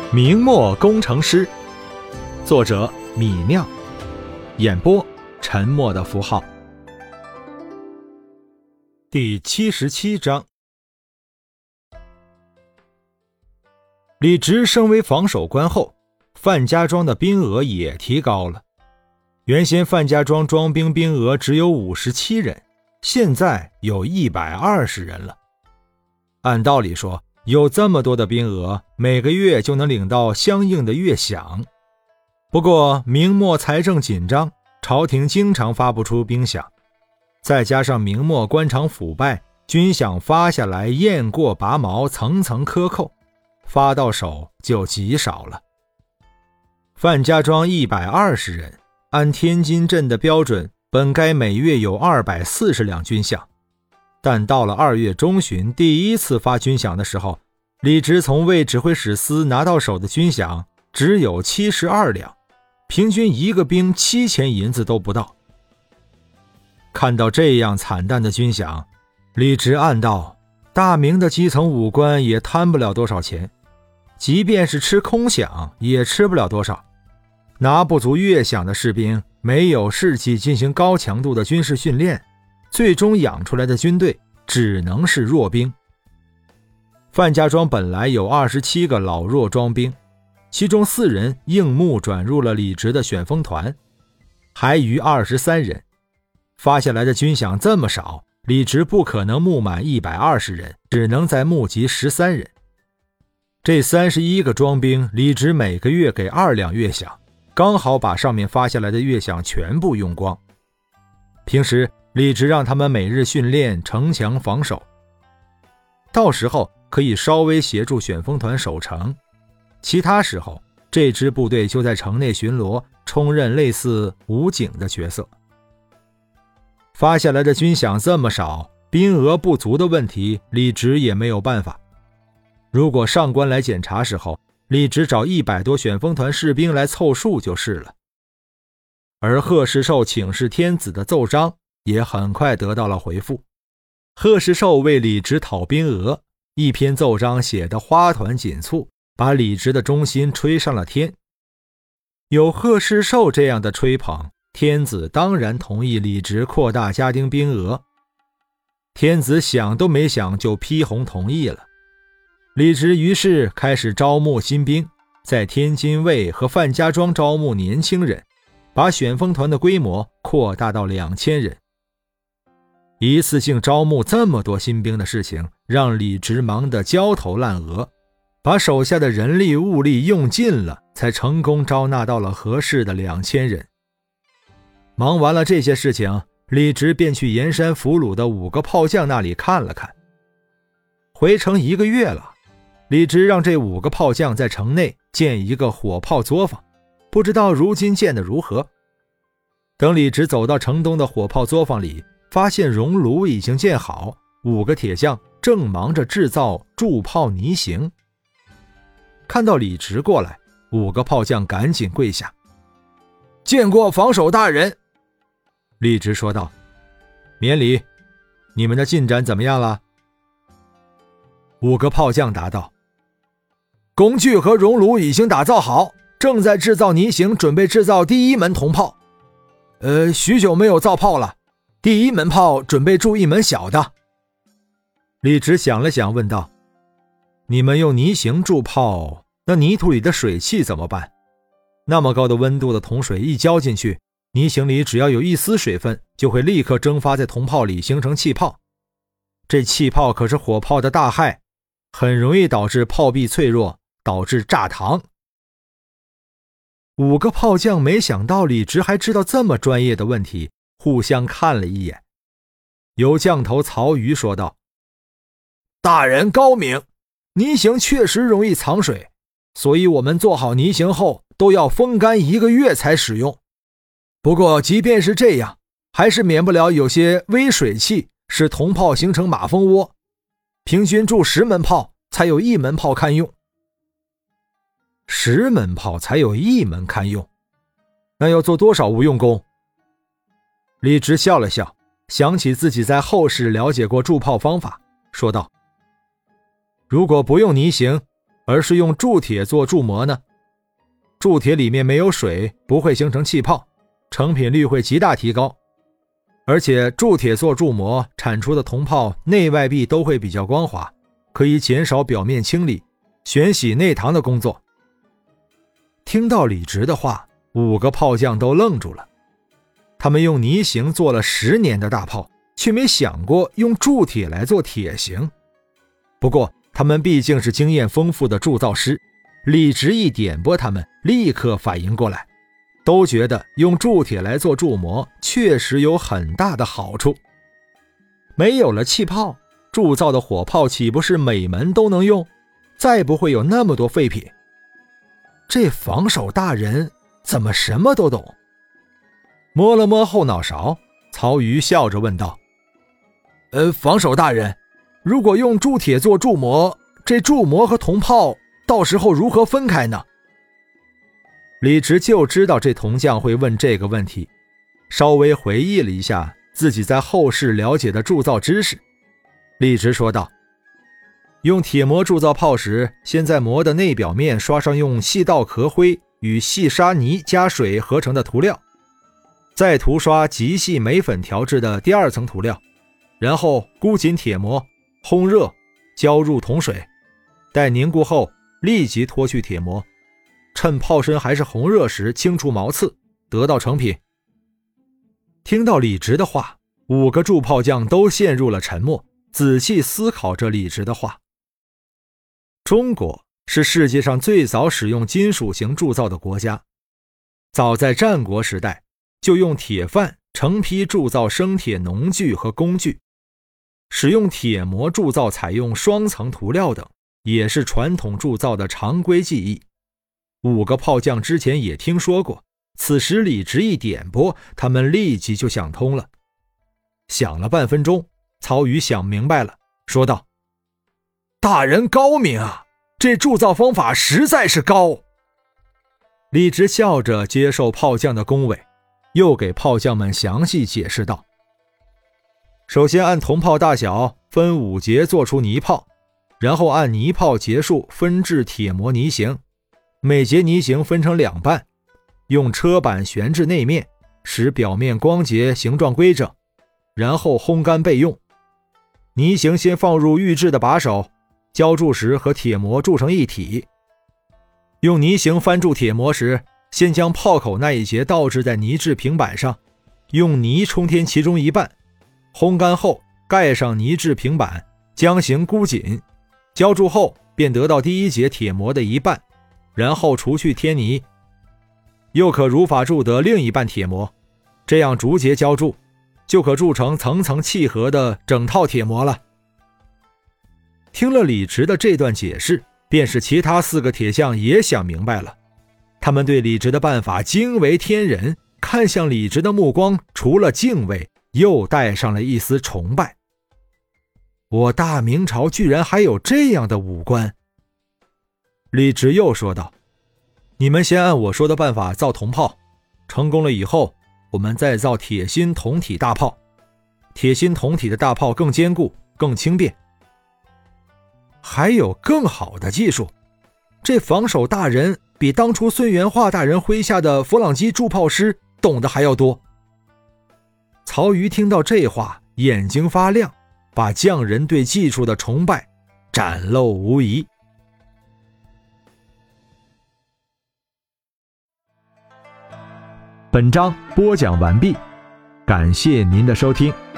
明末工程师，作者米酿，演播沉默的符号。第77章。李直升为防守官后，范家庄的兵额也提高了。原先范家庄装兵兵额只有57人，现在有120人了。按道理说，有这么多的兵额，每个月就能领到相应的月饷。不过明末财政紧张，朝廷经常发不出兵饷，再加上明末官场腐败，军饷发下来雁过拔毛，层层克扣，发到手就极少了。范家庄120人，按天津镇的标准，本该每月有240两军饷，但到了2月中旬第一次发军饷的时候，李直从卫指挥使司拿到手的军饷只有72两，平均一个兵7000银子都不到。看到这样惨淡的军饷，李直暗道，大明的基层武官也贪不了多少钱，即便是吃空饷也吃不了多少。拿不足月饷的士兵没有士气进行高强度的军事训练，最终养出来的军队只能是弱兵。范家庄本来有27个老弱装兵，其中4人应募转入了李直的选锋团，还余23人。发下来的军饷这么少，李直不可能募满120人，只能再募集13人。这31个装兵，李直每个月给2两月饷，刚好把上面发下来的月饷全部用光。平时李直让他们每日训练城墙防守，到时候可以稍微协助选锋团守城，其他时候这支部队就在城内巡逻，充任类似武警的角色。发下来的军饷这么少，兵额不足的问题李直也没有办法。如果上官来检查时候，李直找100多选锋团士兵来凑数就是了。而贺世寿请示天子的奏章也很快得到了回复。贺世寿为李直讨兵额，一篇奏章写得花团锦簇，把李直的忠心吹上了天。有贺世寿这样的吹捧，天子当然同意李直扩大家丁兵额。天子想都没想就批红同意了。李直于是开始招募新兵，在天津卫和范家庄招募年轻人，把选锋团的规模扩大到2000人。一次性招募这么多新兵的事情，让李直忙得焦头烂额，把手下的人力物力用尽了，才成功招纳到了合适的2000人。忙完了这些事情，李直便去盐山俘虏的5个炮将那里看了看。回城1个月了，李直让这5个炮将在城内建一个火炮作坊，不知道如今建得如何。等李直走到城东的火炮作坊里，发现熔炉已经建好，5个铁匠正忙着制造铸炮泥形。看到李直过来，5个炮匠赶紧跪下：“见过防守大人。”李直说道：“免礼，你们的进展怎么样了？”5个炮匠答道：“工具和熔炉已经打造好，正在制造泥形，准备制造第1门铜炮。许久没有造炮了，第1门炮准备铸1门小的。”李直想了想问道：“你们用泥形铸炮，那泥土里的水汽怎么办？那么高的温度的铜水一浇进去，泥形里只要有1丝水分，就会立刻蒸发在铜炮里形成气泡。这气泡可是火炮的大害，很容易导致炮壁脆弱，导致炸膛。”5个炮匠没想到李直还知道这么专业的问题，互相看了一眼。有将头曹瑜说道：“大人高明，泥形确实容易藏水，所以我们做好泥形后都要风干1个月才使用。不过即便是这样，还是免不了有些微水汽使铜炮形成马蜂窝，平均铸10门炮才有1门炮堪用。10门炮才有1门堪用，那要做多少无用功？”李直笑了笑，想起自己在后世了解过铸炮方法，说道：“如果不用泥形， 而是用铸铁做铸模呢？铸铁里面没有水，不会形成气泡，成品率会极大提高。而且铸铁做铸模产出的铜炮内外壁都会比较光滑，可以减少表面清理、旋洗内膛的工作。听到李直的话，5个炮匠都愣住了。他们用泥形做了10年的大炮，却没想过用铸铁来做铁形。不过他们毕竟是经验丰富的铸造师，李直一点拨，他们立刻反应过来，都觉得用铸铁来做铸模确实有很大的好处。没有了气泡，铸造的火炮岂不是每门都能用，再不会有那么多废品。这防守大人怎么什么都懂？摸了摸后脑勺，曹禺笑着问道：防守大人，如果用铸铁做铸模，这铸模和铜炮到时候如何分开呢？李直就知道这铜匠会问这个问题，稍微回忆了一下自己在后世了解的铸造知识。李直说道：用铁模铸造炮时，先在模的内表面刷上用细稻壳灰与细沙泥加水合成的涂料，再涂刷极细镁粉调制的第2层涂料，然后箍紧铁模，烘热，浇入铜水，待凝固后立即脱去铁模，趁炮身还是红热时清除毛刺，得到成品。听到李直的话，5个铸炮匠都陷入了沉默，仔细思考着李直的话。中国是世界上最早使用金属型铸造的国家，早在战国时代就用铁范成批铸造生铁农具和工具，使用铁模铸造采用双层涂料等，也是传统铸造的常规技艺。5个炮匠之前也听说过，此时李直一点拨，他们立即就想通了。想了半分钟，曹禺想明白了，说道：大人高明啊，这铸造方法实在是高。李直笑着接受炮匠的恭维，又给炮匠们详细解释道：首先按铜炮大小分5节做出泥炮，然后按泥炮节数分制铁模泥形，每节泥形分成2半，用车板悬置内面，使表面光洁形状规整，然后烘干备用。泥形先放入预制的把手，浇铸时和铁模铸成一体。用泥形翻铸铁模时，先将炮口那一节倒置在泥制平板上，用泥冲填其中一半，烘干后盖上泥制平板，将形箍紧，浇铸后便得到第1节铁模的一半，然后除去添泥，又可如法铸得另一半铁模，这样逐节浇铸，就可铸成层层契合的整套铁模了。听了李直的这段解释，便是其他4个铁匠也想明白了。他们对李直的办法惊为天人，看向李直的目光除了敬畏，又带上了一丝崇拜。我大明朝居然还有这样的武官。李直又说道：你们先按我说的办法造铜炮，成功了以后，我们再造铁心铜体大炮。铁心铜体的大炮更坚固，更轻便。还有更好的技术，这防守大人比当初孙元化大人麾下的佛朗机铸炮师懂得还要多。曹禺听到这话，眼睛发亮，把匠人对技术的崇拜展露无遗。 本章播讲完毕，感谢您的收听。